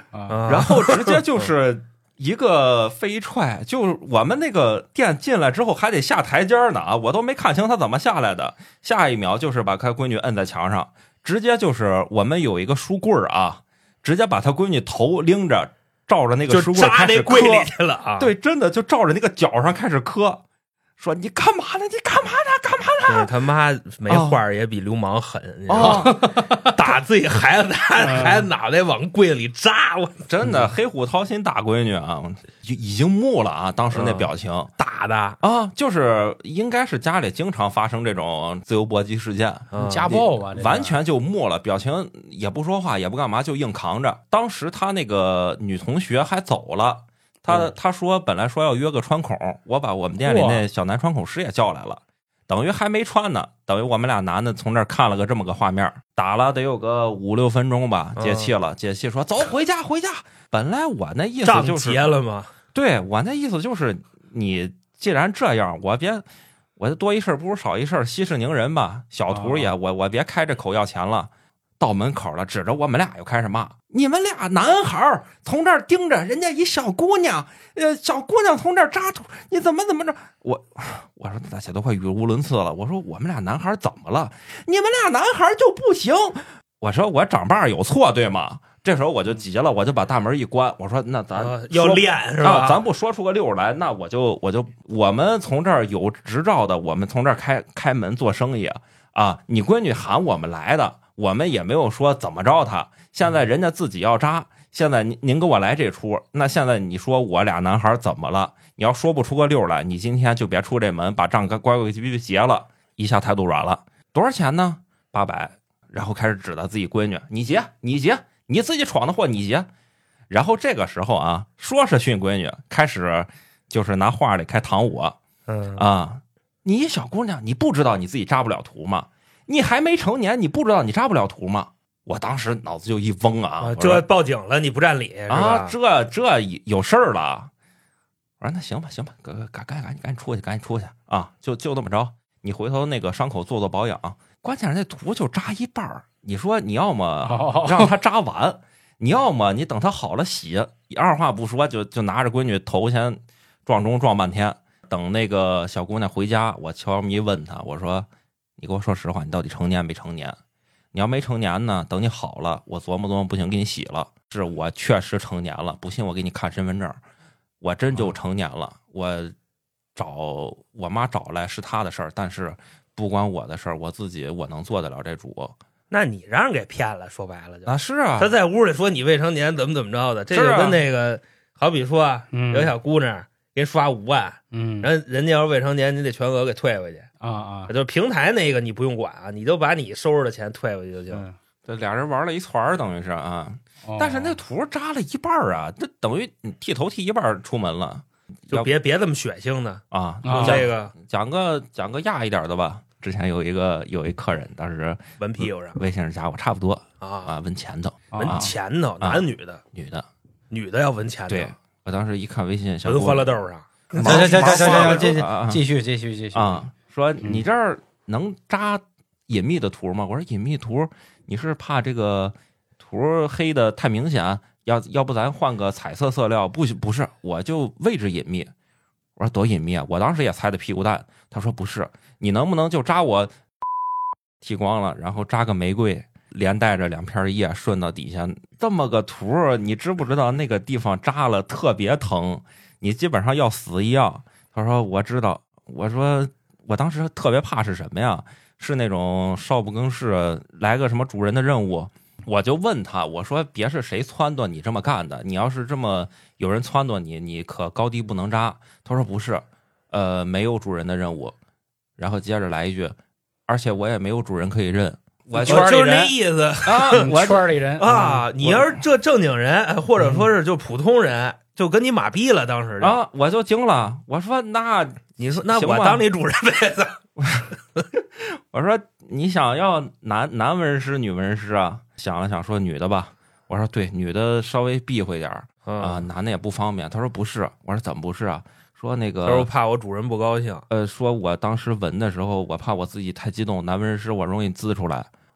啊， 然后直接就是一个飞踹，就是我们那个店进来之后还得下台阶呢啊，我都没看清他怎么下来的。下一秒就是把他闺女摁在墙上，直接就是我们有一个书柜啊，直接把他闺女头拎着，照着那个书柜开始柜里去了啊！ 对，真的就照着那个脚上开始磕，说你干嘛呢？你干嘛呢？干嘛呢？ 就是他妈没话也比流氓狠， 啊！ 打自己孩子，孩子脑袋往柜子里扎，我真的黑虎掏心大闺女啊，已已经木了啊！当时那表情， 打的啊，就是应该是家里经常发生这种自由搏击事件， 家暴吧， 完全就木了，表情也不说话，也不干嘛，就硬扛着。当时他那个女同学还走了，他他说本来说要约个穿孔，我把我们店里那小男穿孔师也叫来了。等于还没穿呢，等于我们俩男的从这儿看了个这么个画面，打了得有个五六分钟吧，解气了，解气说走回家回家。本来我那意思就是结了吗？ 对，我那意思就是你既然这样，我别我多一事不如少一事，息事宁人吧。小图也我我别开这口要钱了。到门口了，指着我们俩又开始骂：“你们俩男孩从这儿盯着人家一小姑娘，呃，小姑娘从这儿扎土，你怎么怎么着？”我我说大姐都快语无伦次了。我说我们俩男孩怎么了？你们俩男孩就不行？我说我长辈有错对吗？这时候我就急了，我就把大门一关。我说那咱、 呃、要练是吧、 啊？咱不说出个溜来，那我就我就我们从这儿有执照的，我们从这儿开开门做生意啊。你闺女喊我们来的。我们也没有说怎么着他，现在人家自己要扎，现在您您给我来这出，那现在你说我俩男孩怎么了？你要说不出个溜来，你今天就别出这门，把账乖乖结了。一下态度软了，多少钱呢？八百，然后开始指着自己闺女，你结，你结，你自己闯的祸你结。然后这个时候啊，说是训闺女，开始就是拿话里开搪我， 嗯啊，你一小姑娘，你不知道你自己扎不了图吗？你还没成年，你不知道你扎不了图吗？我当时脑子就一嗡啊！ 啊这报警了，你不占理啊？这这有事儿了！我说那行吧，行吧，赶赶赶赶紧赶紧出去，赶紧出去啊！就就这么着，你回头那个伤口做做保养。关键是那图就扎一半儿，你说你要么让他扎完，你要么你等他好了洗。二话不说就就拿着闺女头先撞钟撞半天，等那个小姑娘回家，我悄咪问她，我说。你给我说实话，你到底成年没成年？你要没成年呢，等你好了，我琢磨琢磨，不行，给你洗了。是我确实成年了，不信我给你看身份证，我真就成年了。我找我妈找来是她的事儿，但是不关我的事儿，我自己我能做得了这主。 那你让人给骗了，说白了就啊是啊， 他在屋里说你未成年怎么怎么着的，这就跟那个、啊、好比说啊，有小姑娘给你刷五万， 嗯， 人人家要是未成年，你得全额给退回去。 啊啊！ 就平台那个你不用管啊，你就把你收入的钱退回去就行。 嗯、 这俩人玩了一团儿，等于是啊。 哦、 但是那图扎了一半啊，这等于你剃头剃一半出门了， 就别别这么血腥的啊。 啊这个讲个讲个亚一点的吧。之前有一个有一客人，当时闻屁股上， 微信上加我差不多啊啊，闻前头， 闻前头，男女的， 女的， 女的要闻前头。 对，我当时一看微信， 闻欢乐豆上。 行行行行行，继续继续继续继续啊！说你这儿能扎隐秘的图吗？我说隐秘图，你是怕这个图黑的太明显，要要不咱换个彩色色料？不不是，我就位置隐秘。我说多隐秘啊！我当时也猜的屁股蛋。他说不是，你能不能就扎我剃光了，然后扎个玫瑰，连带着两片叶顺到底下，这么个图，你知不知道那个地方扎了特别疼？你基本上要死一样。他说我知道。我说我当时特别怕是什么呀？是那种少不更事，来个什么主人的任务。我就问他，我说别是谁撺掇你这么干的？你要是这么有人撺掇你，你可高低不能扎。他说不是，呃，没有主人的任务。然后接着来一句，而且我也没有主人可以认。 我就是那意思啊，我圈里人啊，你要是这正经人，或者说是就普通人，就跟你马逼了。当时啊，我就惊了。我说那你说那我当你主人呗？ 我说你想要男男文师女文师啊？想了想说女的吧。我说对，女的稍微避讳点啊、 嗯呃，男的也不方便。他说不是。我说怎么不是啊？说那个， 他说怕我主人不高兴。 呃，说我当时闻的时候，我怕我自己太激动，男文师我容易滋出来。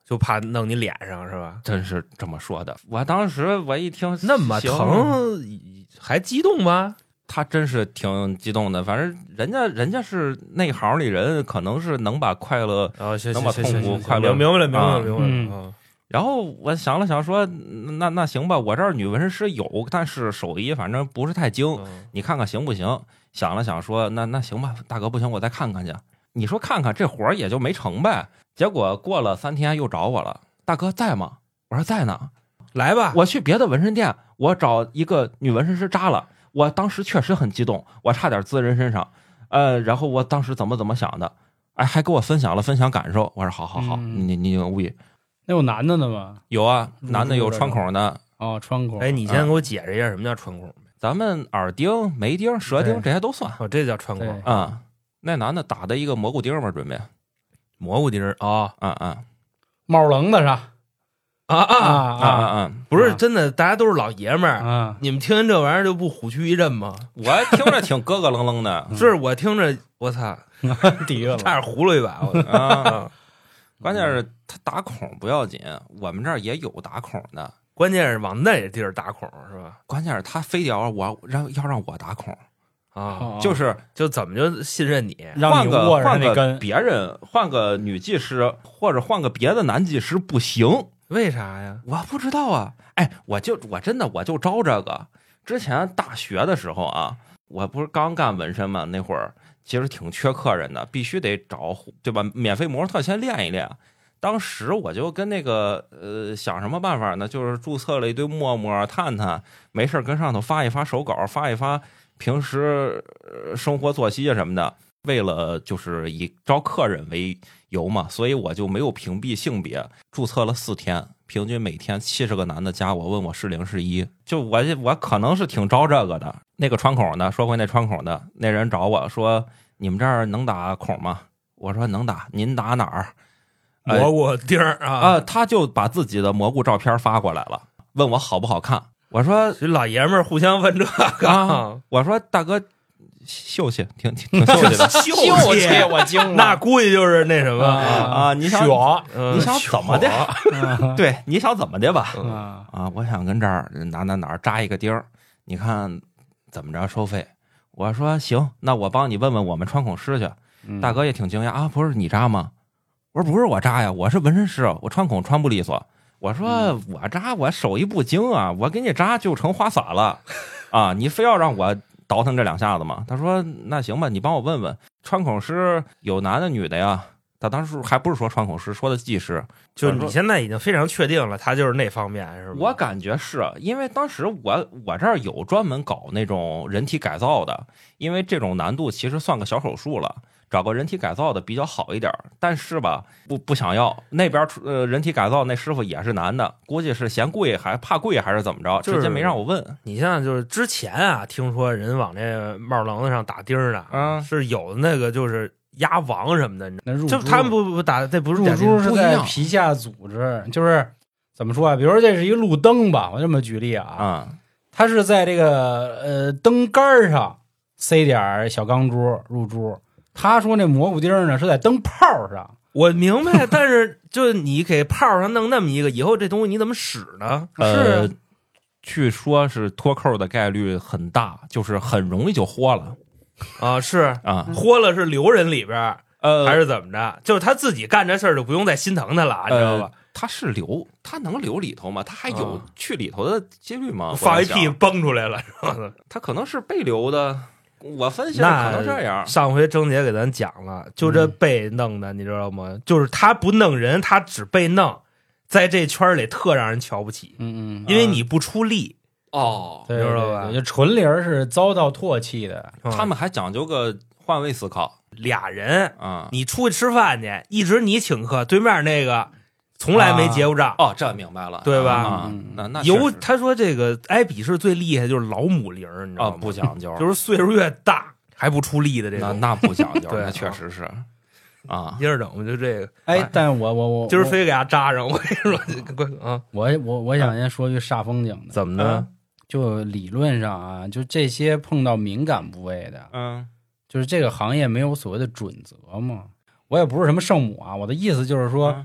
就怕弄你脸上是吧？ 真是这么说的。我当时我一听那么行疼，还激动吗？ 他真是挺激动的。反正人家人家是那行里人，可能是能把快乐， 哦，行能把行行痛苦行快乐明白了，明白了， 啊明白嗯了。啊然后我想了想说，那那行吧，我这儿女纹身师有，但是手艺反正不是太精， 嗯你看看行不行？想了想说，那那行吧，大哥不行，我再看看去。你说看看这活儿也就没成呗。结果过了三天又找我了，大哥在吗？我说在呢。 来吧， 我去别的纹身店，我找一个女纹身师扎了。我当时确实很激动，我差点滋人身上。呃，然后我当时怎么怎么想的，哎，还给我分享了分享感受。我说好好好， 嗯你你牛逼。 那有男的呢吗？ 有啊， 入男的有住的穿孔的。 哦，穿孔。 哎，你先给我解释一下什么叫穿孔呗？ 咱们耳钉、眉钉、舌钉对这些都算哦，这叫穿孔对啊、那男的打的一个蘑菇钉嘛，准备蘑菇钉儿啊啊啊帽棱子上啊啊啊！ 啊啊啊！ 不是真的，大家都是老爷们儿， 啊！ 你们听听这玩意儿就不虎躯一震吗？ 我听着挺咯咯楞楞的是我听着，我操， 底下差点葫芦一把。我啊。关键是他打孔不要紧，我们这儿也有打孔的。 关键是往那地儿打孔是吧？ 关键是他非得要我让要让我打孔， 啊， 哦就是就怎么就信任你？ 让换个你握着换个那根， 别人，换个女技师或者换个别的男技师不行。 为啥呀？ 我不知道啊，哎，我就我真的我就招这个。之前大学的时候啊，我不是刚干纹身嘛，那会儿其实挺缺客人的，必须得找对吧？免费模特先练一练。当时我就跟那个呃想什么办法呢？就是注册了一堆陌陌、探探，没事跟上头发一发手稿，发一发平时、呃、生活作息什么的。为了就是以招客人为由嘛，所以我就没有屏蔽性别，注册了四天，平均每天七十个男的加我，问我是零是一，就我我可能是挺招这个的。那个穿孔的，说回那穿孔的，那人找我说：“你们这儿能打孔吗？”我说：“能打，您打哪儿？” 蘑菇钉儿啊啊，他就把自己的蘑菇照片发过来了，问我好不好看。我说：“ 这老爷们儿互相问这个啊，我说大哥。”秀气，挺挺挺秀气的， 秀秀气，我惊了。 那估计就是那什么啊！你想雪嗯你想怎么的？对，你想怎么的吧？ 啊啊，我想跟这儿哪哪哪儿扎一个钉儿，你看怎么着收费？我说行，那我帮你问问我们穿孔师去。大哥也挺惊讶啊，不是你扎吗？我说不是我扎呀，我是纹身师，我穿孔穿不利索。我说我扎我手艺不精啊，我给你扎就成花洒了啊！你非要让我倒腾这两下子嘛？他说那行吧，你帮我问问穿孔师有男的女的呀？他当时还不是说穿孔师，说的技师。 就是你现在已经非常确定了，他就是那方面是吧？ 我感觉是因为当时我我这儿有专门搞那种人体改造的，因为这种难度其实算个小手术了，找个人体改造的比较好一点。但是吧，不不想要那边呃人体改造那师傅也是男的，估计是嫌贵还怕贵还是怎么着， 就是直接没让我问。 你像就是之前啊，听说人往这帽棱子上打钉儿的， 嗯是有的那个就是压王什么的，你知道那入珠就他们不不打，这不是入假钉珠是在皮下组织，就是怎么说啊？比如说这是一个路灯吧，我这么举例啊， 啊、 它是在这个呃灯杆上塞点小钢珠入珠。他说那蘑菇钉呢是在灯泡上。 我明白，但是就你给泡上弄那么一个，以后这东西你怎么使呢？ 呃，据说是脱扣的概率很大，就是很容易就豁了啊，是啊。 豁了是留人里边， 呃， 还是怎么着？就是他自己干这事儿就不用再心疼他了，你知道吧？ 他是留，他能留里头吗？他还有去里头的几率吗？ 放一屁崩出来了， 他可能是被留的。我分析可能这样。 上回郑姐给咱讲了，就这被弄的，嗯、你知道吗？就是他不弄人，他只被弄，在这圈里特让人瞧不起。 嗯嗯， 因为你不出力哦， 对知道吧？ 就纯零是遭到唾弃的。 嗯、 他们还讲究个换位思考， 俩人啊， 你出去吃饭去，一直你请客，对面那个从来没结过账。 啊、哦，这明白了， 对吧？ 啊、 嗯、 那那有他说这个挨比是最厉害，就是老母零，你知道吗？ 啊，不讲究， 就是岁数越大还不出力的这个，那那不讲究， 对， 那确实是啊。 接着整吧，就这个。 哎，但我我我今儿非给他扎上，我跟你说，啊， 我我我想先说句煞风景的， 怎么呢？ 就理论上啊，就这些碰到敏感部位的， 嗯， 就是这个行业没有所谓的准则嘛。我也不是什么圣母啊，我的意思就是说， 嗯、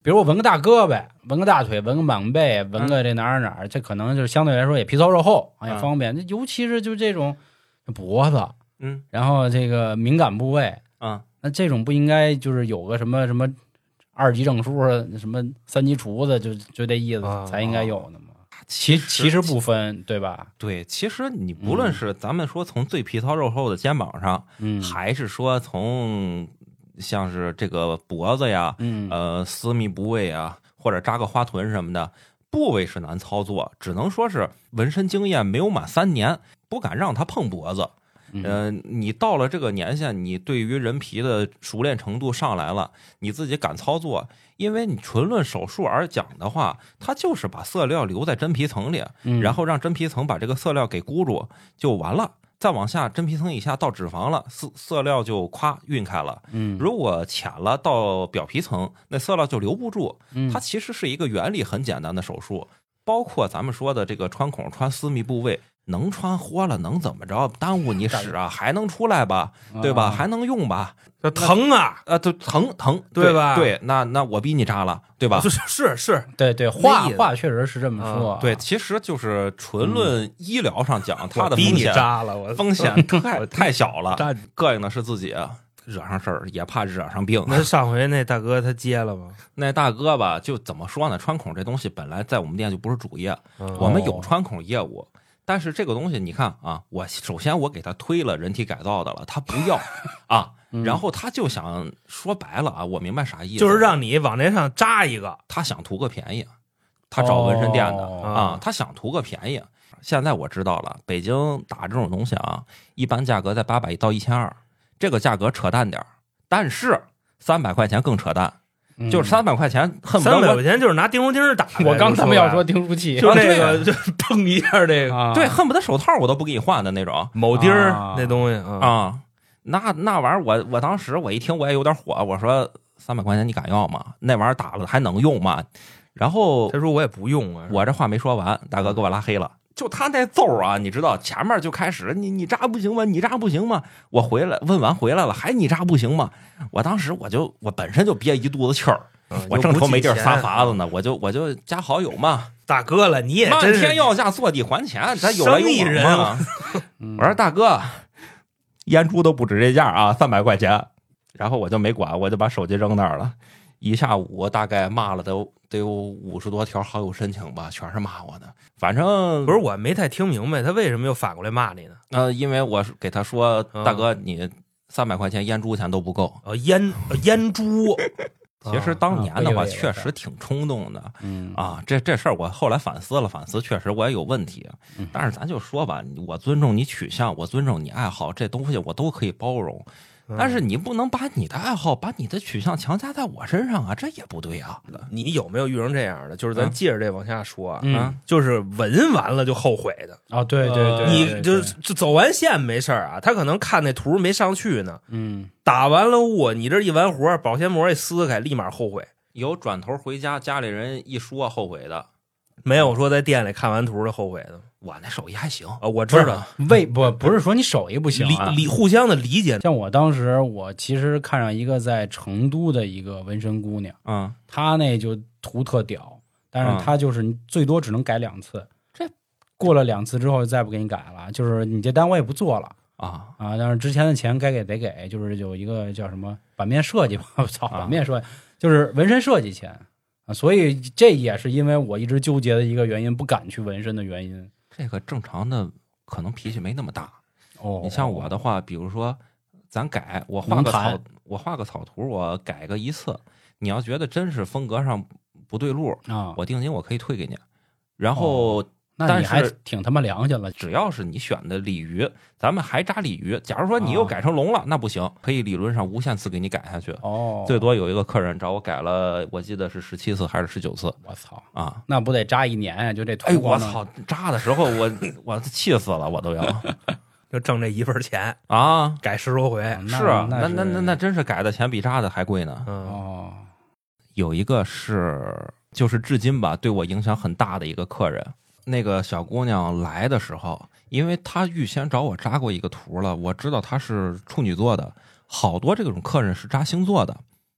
比如我纹个大胳膊，纹个大腿，纹个满背，纹个这哪儿哪儿，这可能就是相对来说也皮糙肉厚啊，也方便。那、嗯、尤其是就这种脖子， 嗯， 然后这个敏感部位， 啊、嗯， 那这种不应该就是有个什么什么二级证书，什么三级厨子，就就这意思才应该有的嘛。啊、其其实不分，对吧？ 对，其实你不论是咱们说从最皮糙肉厚的肩膀上， 嗯， 还是说从像是这个脖子呀， 嗯， 呃，私密部位啊，或者扎个花臀什么的，部位是难操作，只能说是纹身经验没有满三年，不敢让他碰脖子。呃，你到了这个年限，你对于人皮的熟练程度上来了，你自己敢操作，因为你纯论手术而讲的话，它就是把色料留在真皮层里，然后让真皮层把这个色料给箍住就完了。再往下，真皮层以下到脂肪了，色色料就咵晕开了。 嗯， 如果浅了到表皮层，那色料就留不住。它其实是一个原理很简单的手术，包括咱们说的这个穿孔穿私密部位。能穿活了能怎么着？耽误你使啊，还能出来吧，对吧？还能用吧？ 疼啊， 啊，就疼疼， 对吧？ 对，那那我逼你扎了，对吧？ 是是是， 对对，话话确实是这么说。 对，其实就是纯论医疗上讲，它的逼你风险扎了，我风险太太小了。膈应的是自己，惹上事儿也怕惹上病。 那上回那大哥他接了吗？ 那大哥吧，就怎么说呢？穿孔这东西本来在我们店就不是主业，我们有穿孔业务。但是这个东西你看啊，我首先我给他推了人体改造的了，他不要啊，然后他就想说白了啊，我明白啥意思， 就是让你往那上扎一个， 他想图个便宜，他找纹身店的、 哦、 啊，他想图个便宜。现在我知道了，北京打这种东西啊，一般价格在八百到一千二，这个价格扯淡点，但是三百块钱更扯淡。就是三百块钱，恨不得三百块钱就是拿钉书钉打。 我刚他们要说钉书器， 就这个就碰一下这个， 啊、 对，恨不得手套我都不给你换的那种铆钉儿、啊、那东西啊。 啊那那玩意儿，我我当时我一听我也有点火，我说三百块钱你敢要吗？那玩意儿打了还能用吗？然后他说我也不用啊， 我这话没说完，大哥给我拉黑了。就他那揍啊，你知道，前面就开始你你扎不行吗？你扎不行吗？我回来问完回来了，还你扎不行吗？我当时我就我本身就憋一肚子气儿。 嗯、 我正愁没地儿撒法子呢，我就我就加好友嘛， 大哥了，你也真是漫天要价坐地还钱，咱有来有往嘛。我说大哥，烟珠都不止这价啊，三百块钱。然后我就没管，我就把手机扔那儿了。一下午大概骂了都得有五十多条好友申请吧，全是骂我的。反正不是我没太听明白他为什么又反过来骂你呢？ 呃，因为我给他说，大哥你三百块钱烟珠钱都不够。 哦，烟烟珠。 其实当年的话，确实挺冲动的， 嗯啊，这这事儿我后来反思了反思，确实我也有问题。但是咱就说吧，我尊重你取向，我尊重你爱好，这东西我都可以包容。但是你不能把你的爱好、把你的取向强加在我身上啊，这也不对啊。 你有没有遇成这样的？就是咱接着这往下说啊， 嗯、 就是纹完了就后悔的啊、哦，对对对， 你就就走完线没事啊，他可能看那图没上去呢， 嗯， 打完了雾，你这一完活，保鲜膜一撕开，立马后悔。 有转头回家，家里人一说后悔的， 没有说在店里看完图的后悔的。 我那手艺还行啊，我知道， 为不不是说你手艺不行、啊， 理理互相的理解。 像我当时，我其实看上一个在成都的一个纹身姑娘， 嗯， 她那就图特屌，但是她就是你最多只能改两次， 这、 嗯、过了两次之后再不给你改了，就是你这单我也不做了啊啊！但是之前的钱该给得给，就是有一个叫什么版面设计吧，我操，版面设计、啊、就是纹身设计钱啊，所以这也是因为我一直纠结的一个原因，不敢去纹身的原因。 这个正常的可能脾气没那么大哦。 你像我的话，比如说咱改，我画个草，我画个草图，我改个一次。你要觉得真是风格上不对路啊， 我定金我可以退给你。然后， 哦、那你还挺他妈良心了。 只要是你选的鲤鱼，咱们还扎鲤鱼。假如说你又改成龙了，啊、那不行，可以理论上无限次给你改下去。 哦， 最多有一个客人找我改了，我记得是十七次还是十九次。 我操啊， 那不得扎一年呀？就这图。 哎，我操，扎的时候我我气死了，我都要。 就挣这一份钱啊， 改十多回。 哦、 是啊， 那那那那真是改的钱比扎的还贵呢。 嗯、 哦， 有一个是就是至今吧对我影响很大的一个客人，那个小姑娘来的时候，因为她预先找我扎过一个图了，我知道她是处女座的，好多这种客人是扎星座的。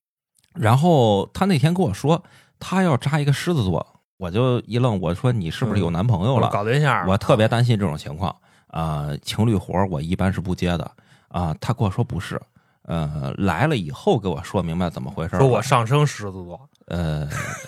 然后他那天跟我说他要扎一个狮子座，我就一愣，我说你是不是有男朋友了？ 搞对象？ 我特别担心这种情况啊、呃，情侣活我一般是不接的啊、呃。他跟我说不是，呃，来了以后给我说明白怎么回事。 说我上升狮子座， 呃，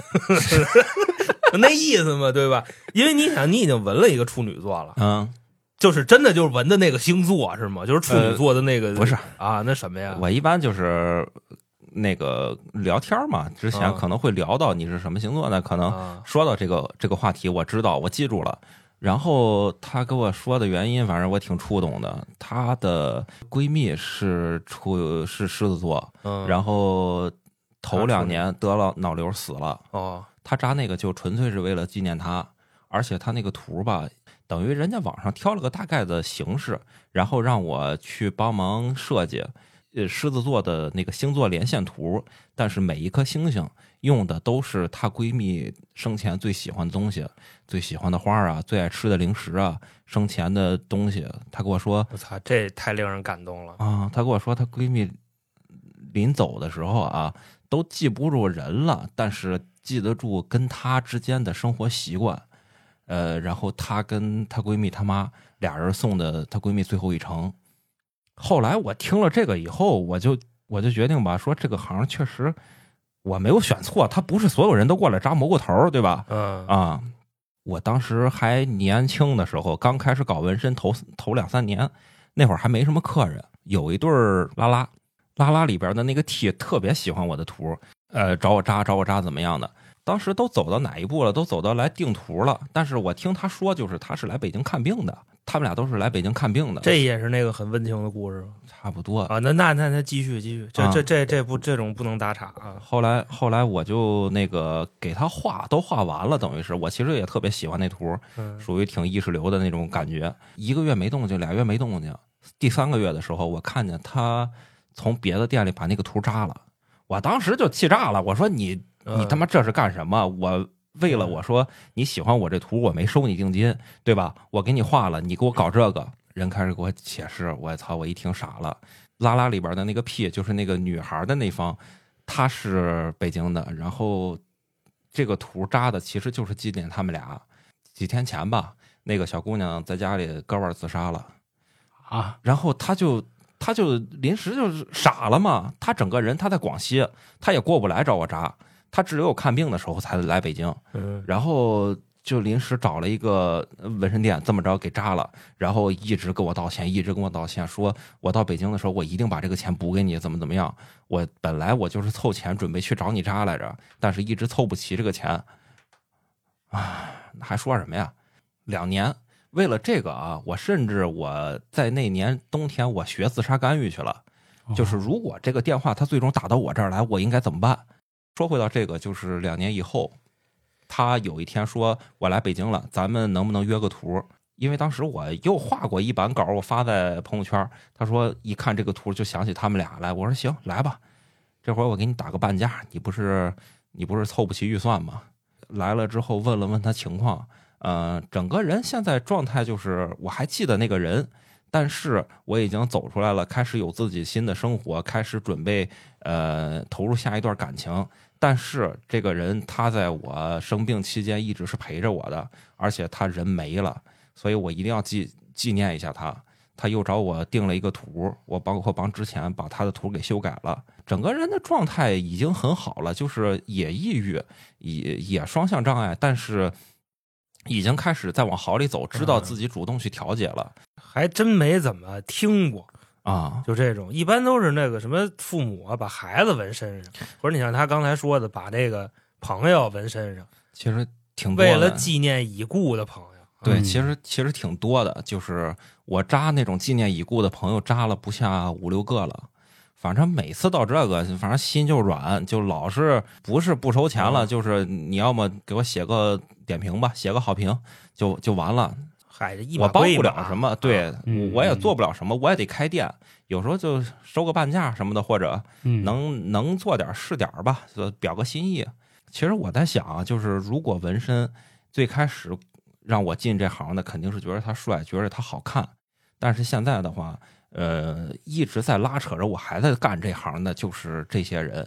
那意思嘛，对吧？因为你想，你已经闻了一个处女座了， 嗯， 就是真的就是闻的那个星座是吗？就是处女座的那个、 呃、不是啊？那什么呀？ 我一般就是那个聊天嘛，之前可能会聊到你是什么星座呢？可能说到这个这个话题，我知道，我记住了。然后她跟我说的原因，反正我挺触动的。她的闺蜜是处是狮子座， 嗯， 然后头两年得了脑瘤死了。 哦， 她扎那个就纯粹是为了纪念她，而且她那个图吧，等于人家网上挑了个大概的形式，然后让我去帮忙设计。呃，狮子座的那个星座连线图，但是每一颗星星用的都是她闺蜜生前最喜欢的东西，最喜欢的花啊，最爱吃的零食啊，生前的东西。她跟我说， 我操，这太令人感动了啊！她跟我说，她闺蜜临走的时候啊，都记不住人了，但是记得住跟她之间的生活习惯。呃，然后她跟她闺蜜她妈俩人送的她闺蜜最后一程。后来我听了这个以后，我就我就决定吧，说这个行确实我没有选错，他不是所有人都过来扎蘑菇头，对吧？ 嗯啊，我当时还年轻的时候，刚开始搞纹身，头头两三年，那会儿还没什么客人，有一对拉拉拉拉里边的那个 T 特别喜欢我的图，呃，找我扎找我扎怎么样的。当时都走到哪一步了？都走到来定图了。但是我听他说，就是他是来北京看病的，他们俩都是来北京看病的。 这也是那个很温情的故事， 差不多啊。那那那那继续继续，这这这这不这种不能打岔啊。 后来后来我就那个给他画，都画完了，等于是我其实也特别喜欢那图，属于挺意识流的那种感觉。一个月没动静，俩月没动静，第三个月的时候，我看见他从别的店里把那个图扎了，我当时就气炸了，我说你。你他妈这是干什么？我为了我说你喜欢我这图，我没收你定金，对吧？我给你画了，你给我搞这个，人开始给我解释，我操，我一听傻了。拉拉里边的那个 P 就是那个女孩的那方，她是北京的，然后这个图扎的其实就是纪念他们俩。几天前吧，那个小姑娘在家里割腕自杀了啊， 然后她就。她就临时就是傻了嘛，她整个人她在广西，她也过不来找我扎。他只有看病的时候才来北京， 嗯， 然后就临时找了一个纹身店，这么着给扎了，然后一直跟我道歉，一直跟我道歉，说我到北京的时候我一定把这个钱补给你，怎么怎么样。我本来我就是凑钱准备去找你扎来着，但是一直凑不齐这个钱。啊，还说什么呀？两年，为了这个啊，我甚至我在那年冬天我学自杀干预去了，就是如果这个电话他最终打到我这儿来，我应该怎么办？说回到这个，就是两年以后，他有一天说我来北京了，咱们能不能约个图？因为当时我又画过一版稿，我发在朋友圈。他说一看这个图就想起他们俩来，我说行，来吧，这会儿我给你打个半价，你不是你不是凑不齐预算吗？来了之后问了问他情况，呃，整个人现在状态就是我还记得那个人。但是我已经走出来了，开始有自己新的生活，开始准备呃投入下一段感情。但是这个人他在我生病期间一直是陪着我的，而且他人没了，所以我一定要纪纪念一下他。他又找我定了一个图，我包括帮之前把他的图给修改了，整个人的状态已经很好了，就是也抑郁，也也双向障碍，但是已经开始在往好里走，知道自己主动去调节了。 还真没怎么听过啊， 就这种，一般都是那个什么父母啊把孩子纹身上，或者你像他刚才说的把这个朋友纹身上， 其实挺多的， 为了纪念已故的朋友。 对，其实其实挺多的，就是我扎那种纪念已故的朋友扎了不下五六个了。反正每次到这个，反正心就软，就老是不是不收钱了，嗯、就是你要么给我写个点评吧，写个好评就就完了。 嗨， 我帮不了什么，对、 嗯、 我也做不了什么，我也得开店，有时候就收个半价什么的，或者能、嗯、能做点是点吧，就表个心意。其实我在想啊，就是如果纹身最开始让我进这行的，肯定是觉得他帅，觉得他好看，但是现在的话。呃，一直在拉扯着我还在干这行的，就是这些人，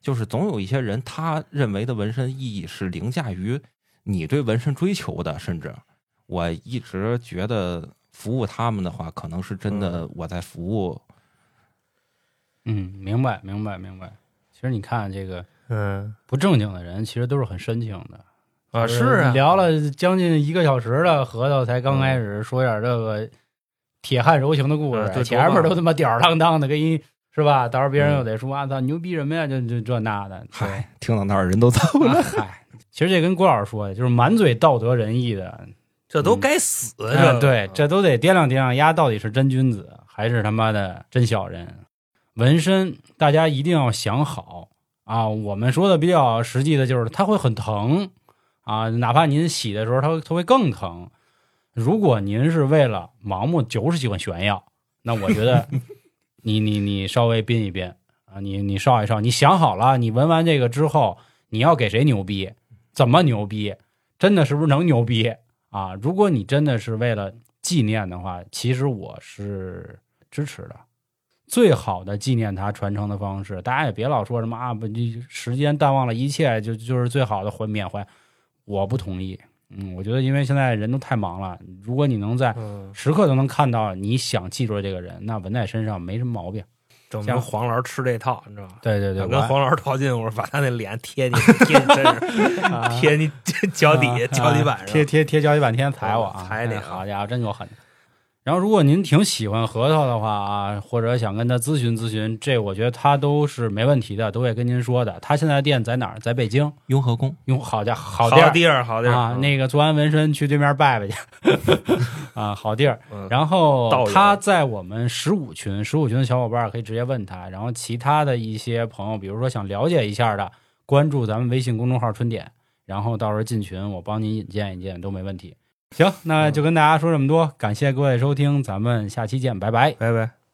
就是总有一些人他认为的纹身意义是凌驾于你对纹身追求的，甚至我一直觉得服务他们的话，可能是真的我在服务。 嗯，明白，明白，明白。其实你看这个， 嗯， 不正经的人其实都是很深情的啊，是啊， 聊了将近一个小时的核桃，才刚开始说点这个铁汉柔情的故事， 嗯、 前面都他妈吊儿郎当的，给你是吧？到时候别人又得说啊，操、嗯、牛逼什么呀？就就这那的。 嗨，听到那儿人都走了。 嗨，其实这跟郭老师说的，就是满嘴道德仁义的， 这都该死。 嗯、 这啊、对，这都得掂量掂量，丫到底是真君子还是他妈的真小人？纹身大家一定要想好啊！我们说的比较实际的就是，它会很疼啊，哪怕您洗的时候它它会更疼。如果您是为了盲目就是喜欢炫耀，那我觉得你你你稍微编一编啊，你你烧一烧，你想好了，你纹完这个之后，你要给谁牛逼，怎么牛逼，真的是不是能牛逼啊？如果你真的是为了纪念的话，其实我是支持的。最好的纪念它传承的方式，大家也别老说什么啊，不，时间淡忘了一切，就就是最好的怀缅怀，我不同意。嗯，我觉得因为现在人都太忙了，如果你能在时刻都能看到你想记住这个人，那纹在身上没什么毛病。 证明黄老师吃这套，你知道吗？ 对对对， 跟黄老师套近乎，把他那脸贴你贴你身上，贴你脚底下、脚底板上， 贴贴贴脚底板，天天踩我啊！ 踩你， 好家伙，真够狠。然后，如果您挺喜欢核桃的话啊，或者想跟他咨询咨询，这我觉得他都是没问题的，都会跟您说的。他现在店在哪儿？在北京雍和宫。 雍好家好地儿，好地儿，好地儿啊！ 嗯、 那个做完纹身去对面拜拜去啊，好地儿。 嗯、 然后他在我们十五群，十五群的小伙伴可以直接问他。然后其他的一些朋友，比如说想了解一下的，关注咱们微信公众号春点，然后到时候进群，我帮您引荐引荐都没问题。行，那就跟大家说这么多，感谢各位收听，咱们下期见，拜拜， 拜拜。